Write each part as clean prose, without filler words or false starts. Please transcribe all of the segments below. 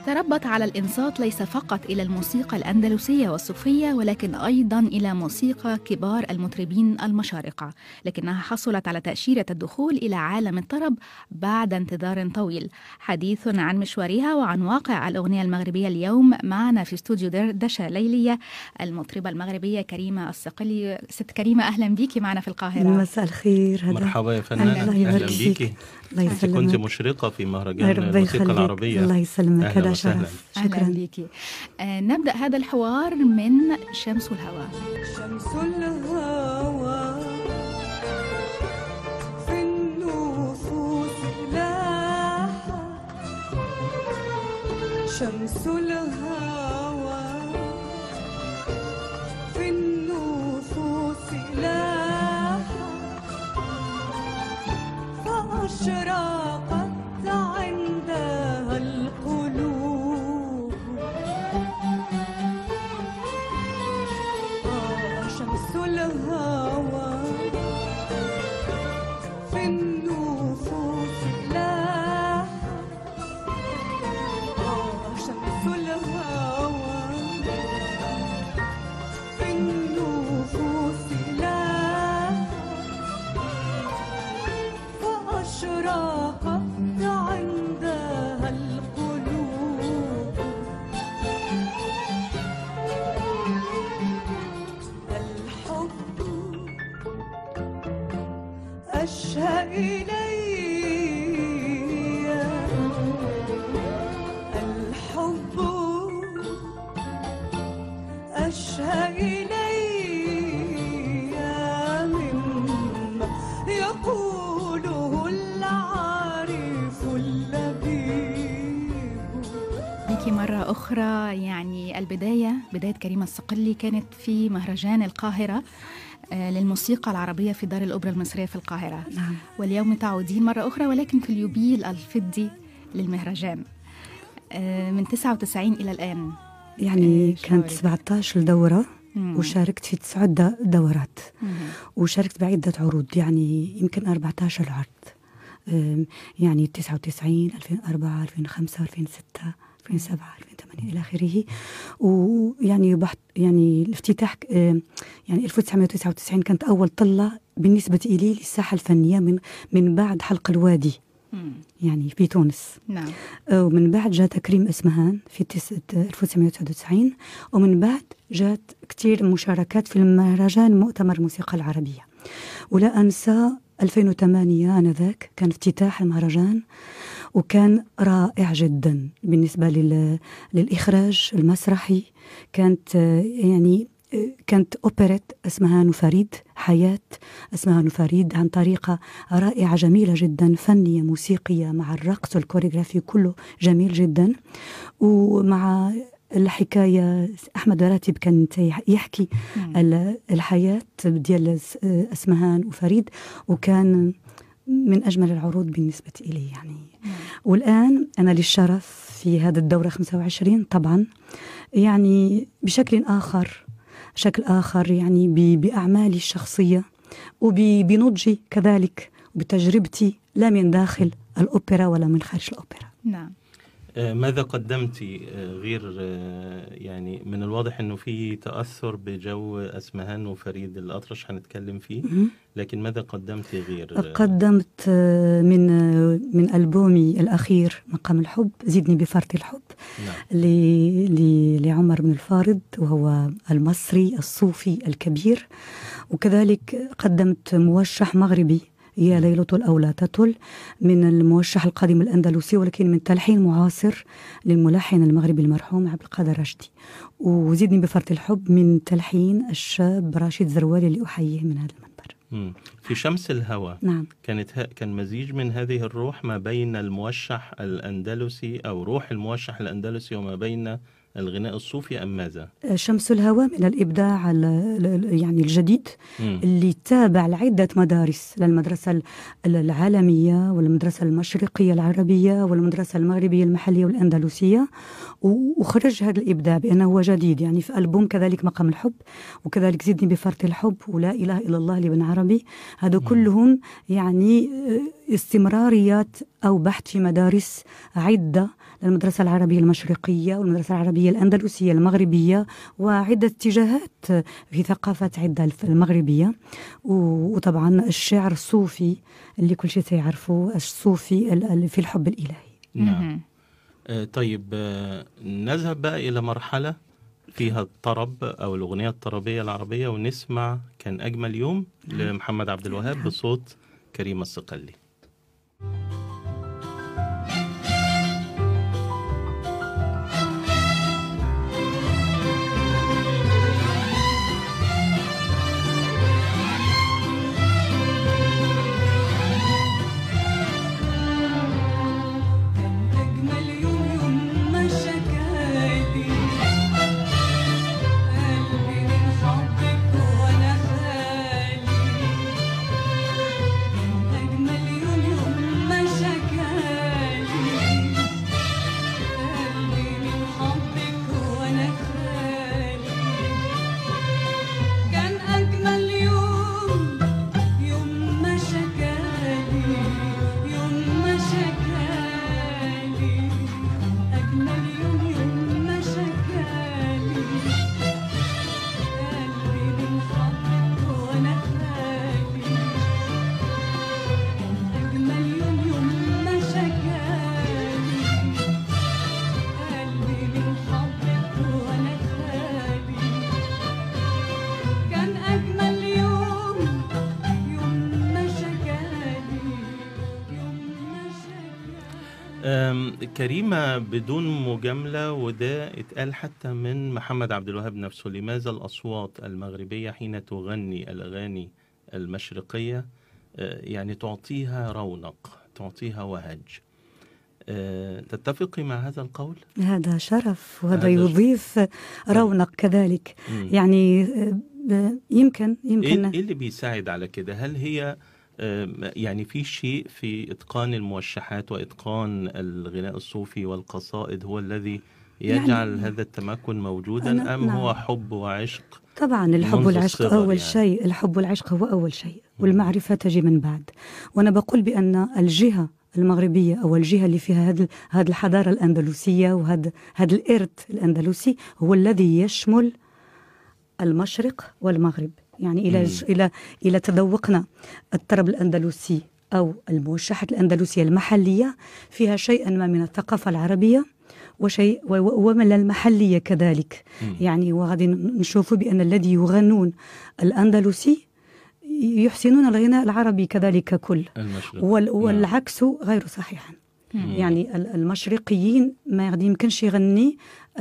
تربت على الإنصات ليس فقط إلى الموسيقى الأندلسية والصوفية، ولكن أيضا إلى موسيقى كبار المطربين المشارقة، لكنها حصلت على تأشيرة الدخول إلى عالم الطرب بعد انتظار طويل. حديث عن مشوارها وعن واقع الأغنية المغربية اليوم معنا في استوديو دشا ليلية المطربة المغربية كريمة الصقلي. ست كريمة، أهلا بيكي معنا في القاهرة. مساء الخير. مرحبا يا فنانة، أهلا بيكي. أنت كنت مشرقة في مهرجان الموسيقى العربية. الله يسلمك، هذا شرف. شكرا بيكي. نبدأ هذا الحوار من شمس الهوى. شمس الهوى في النفوس لاحة، شمس الهوى في النفوس لاحة، فأشرقت عندها القلوب. شمس الهوى في النفوس لاحة، شمس الهوى في النفوس لاحة، فأشرقت عندها القلوب. الحب أشهى إلي، الحب أشهى إلي مما يقوله العارف اللبيب. بيكي مرة أخرى، يعني بداية كريمة الصقلي كانت في مهرجان القاهرة للموسيقى العربية في دار الأوبرا المصرية في القاهرة. نعم. واليوم تعودين مرة أخرى ولكن في اليوبيل الفضي للمهرجان من 99 إلى الآن. يعني كانت 17 دورة وشاركت في 9 دورات وشاركت بعدة عروض، يعني يمكن 14 عرض، يعني 99 2004 2005 2006 2007 2008 إلى آخره. ويعني يعني الافتتاح يعني 1999 كانت أول طلة بالنسبة إلي للساحة الفنية من بعد حلق الوادي يعني في تونس. نعم. ومن بعد جاء تكريم إسمهان في 1999، ومن بعد جاءت كتير مشاركات في المهرجان مؤتمر الموسيقى العربية. ولا أنسى 2008 آنذاك كان افتتاح المهرجان، وكان رائع جدا بالنسبة للإخراج المسرحي. كانت يعني كانت أوبريت اسمها نفريد، حياة اسمها نفريد، عن طريقة رائعة جميلة جدا، فنية موسيقية مع الرقص والكوريغرافي كله جميل جدا. ومع الحكاية أحمد راتب كان يحكي الحياة ديال اسمهان وفريد، وكان من أجمل العروض بالنسبة إلي يعني. والآن أنا للشرف في هذا الدورة 25 طبعا، يعني بشكل آخر يعني بأعمالي الشخصية وبنضجي كذلك وبتجربتي، لا من داخل الأوبرا ولا من خارج الأوبرا. نعم. ماذا قدمت غير يعني من الواضح أنه في تأثر بجو أسمهان وفريد الأطرش هنتكلم فيه، لكن ماذا قدمت غير؟ قدمت من ألبومي الأخير مقام الحب، زدني بفرط الحب. نعم. لعمر بن الفارض، وهو المصري الصوفي الكبير. وكذلك قدمت موشح مغربي يا ليلة أو لا تطل، من الموشح القديم الأندلسي ولكن من تلحين معاصر للملحن المغربي المرحوم عبد القادر رشدي. وزدني بفرط الحب من تلحين الشاب راشد زروالي اللي أحييه من هذا المنبر. في شمس الهوى. نعم. كان مزيج من هذه الروح ما بين الموشح الأندلسي أو روح الموشح الأندلسي وما بين الغناء الصوفي أم ماذا؟ شمس الهوى من الإبداع يعني الجديد اللي تابع لعدة مدارس، للمدرسة العالمية والمدرسة المشرقية العربية والمدرسة المغربية المحلية والأندلسية، وخرج هذا الإبداع بأنه هو جديد. يعني في ألبوم كذلك مقام الحب، وكذلك زدني بفرط الحب، ولا إله إلا الله لابن عربي. هذا كلهم يعني استمراريات أو بحث في مدارس عدة المدرسة العربية المشرقية والمدرسة العربية الأندلسية المغربية، وعدة اتجاهات في ثقافة عدة المغربية. وطبعا الشعر الصوفي اللي كل شيء سيعرفه، الصوفي في الحب الإلهي. نعم. طيب، نذهب بقى إلى مرحلة فيها الطرب أو الأغنية الطربية العربية، ونسمع كان أجمل يوم لمحمد عبد الوهاب بصوت كريمة الصقلي. كريمة، بدون مجاملة، وده اتقال حتى من محمد عبد الوهاب نفسه، لماذا الأصوات المغربية حين تغني الأغاني المشرقية يعني تعطيها رونق، تعطيها وهج؟ تتفقي مع هذا القول؟ هذا شرف، وهذا يضيف رونق كذلك. يعني يمكن إيه اللي بيساعد على كده؟ هل هي يعني في شيء في إتقان الموشحات وإتقان الغناء الصوفي والقصائد هو الذي يجعل يعني هذا التمكن موجودا، أم هو حب وعشق؟ طبعا الحب والعشق أول يعني. شيء، الحب والعشق هو أول شيء، والمعرفة تجي من بعد. وأنا بقول بأن الجهة المغربية أو الجهة اللي فيها هذه الحضارة الأندلسية وهذا الإرث الأندلسي هو الذي يشمل المشرق والمغرب. يعني إلى تذوقنا الطرب الأندلسي أو الموشحة الأندلسية المحلية فيها شيئا ما من الثقافة العربية وشيء ومن المحلية كذلك. يعني وغادي نشوفوا بأن الذي يغنون الأندلسي يحسنون الغناء العربي كذلك كل، والعكس غير صحيح. يعني المشرقيين ما غادي يمكنش يغني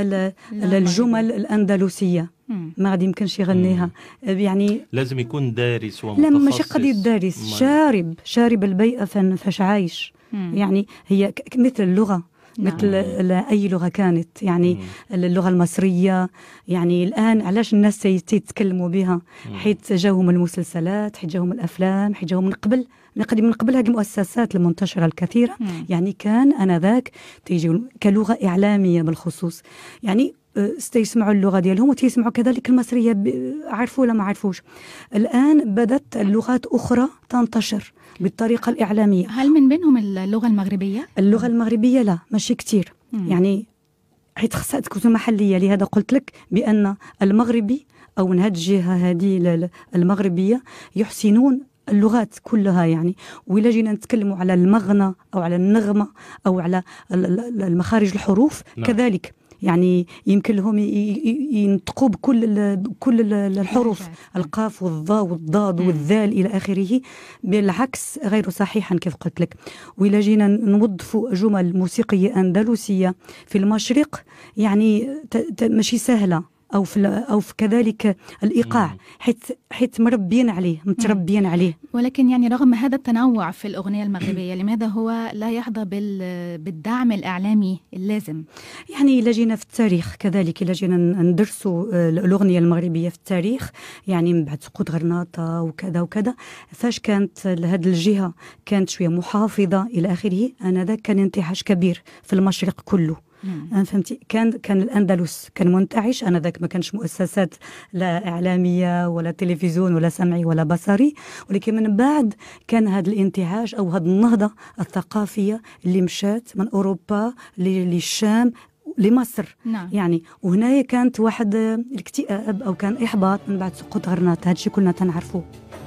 الجمل الأندلسية، ما غادي يمكنش يغنيها. يعني لازم يكون دارس ومتخصص. لا، ماشي قضية دارس، شارب البيئة فاش عايش. يعني هي مثل اللغة، مثل أي لغة كانت. يعني اللغة المصرية، يعني الآن علاش الناس يتكلموا بها؟ حيث جاهم المسلسلات، حيث جاهم الأفلام، حيث جاهم من قبل هذه المؤسسات المنتشرة الكثيرة. يعني كان آنذاك تيجي كلغة إعلامية بالخصوص. يعني استيسمعوا اللغة ديالهم وتيسمعوا كذلك المصرية، عرفوا ولا ما عرفوش. الآن بدت اللغات أخرى تنتشر بالطريقة الإعلامية. هل من بينهم اللغة المغربية؟ اللغة المغربية لا، ماشي كتير. يعني حيث خصها تكون محلية. لهذا قلت لك بأن المغربي أو من هذه الجهة هذه المغربية يحسنون اللغات كلها. يعني وإلا جينا نتكلموا على المغنى أو على النغمة أو على المخارج الحروف كذلك، يعني يمكن لهم ينطقوا بكل الحروف، القاف والضاء والضاد والذال إلى آخره، بالعكس غير صحيحا كيف قلت لك. وإلا جينا نوظفوا جمل موسيقية أندلسية في المشرق، يعني ماشي سهلة، أو في كذلك الإيقاع، حيث متربيين عليه. ولكن يعني رغم هذا التنوع في الأغنية المغربية، لماذا هو لا يحظى بالدعم الإعلامي اللازم؟ يعني إلا جينا في التاريخ كذلك، إلا جينا ندرسوا الأغنية المغربية في التاريخ، يعني من بعد سقوط غرناطة وكذا وكذا، فاش كانت هذه الجهة كانت شوية محافظة إلى آخره، آنذاك كان انتعاش كبير في المشرق كله. أنا فهمتي، كان الأندلس كان منتعش، أنا ذاك ما كانش مؤسسات لا إعلامية ولا تلفزيون ولا سمعي ولا بصري، ولكن من بعد كان هذا الانتعاش أو هذه النهضة الثقافية اللي مشات من أوروبا للشام لمصر. نعم. يعني وهنا كانت واحد الاكتئاب أو كان إحباط من بعد سقوط غرناطة، هذا الشيء كلنا تنعرفوه.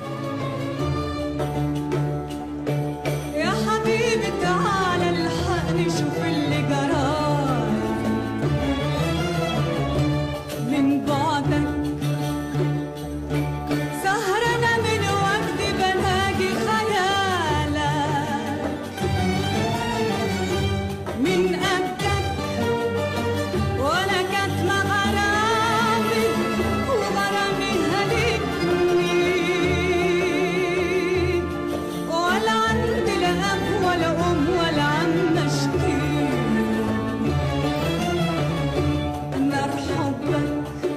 يا حبيبي تعال الحقني شوف اللي جرالي من بعدك، سهرانة من وقت بنهاجي خيالك من قدك، ولا كاتمة غرامي وغرامي هلكني، ولا عندي لا أب ولا أم ولا عم أشكي نار حبك.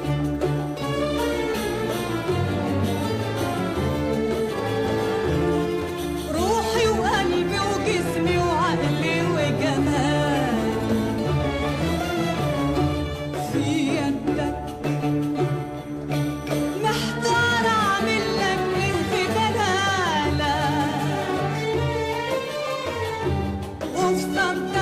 روحي وقلبي وجسمي وعقلي وجمالي في يدك، محتار أعمل لك إيه في جلالك، وفي صدرك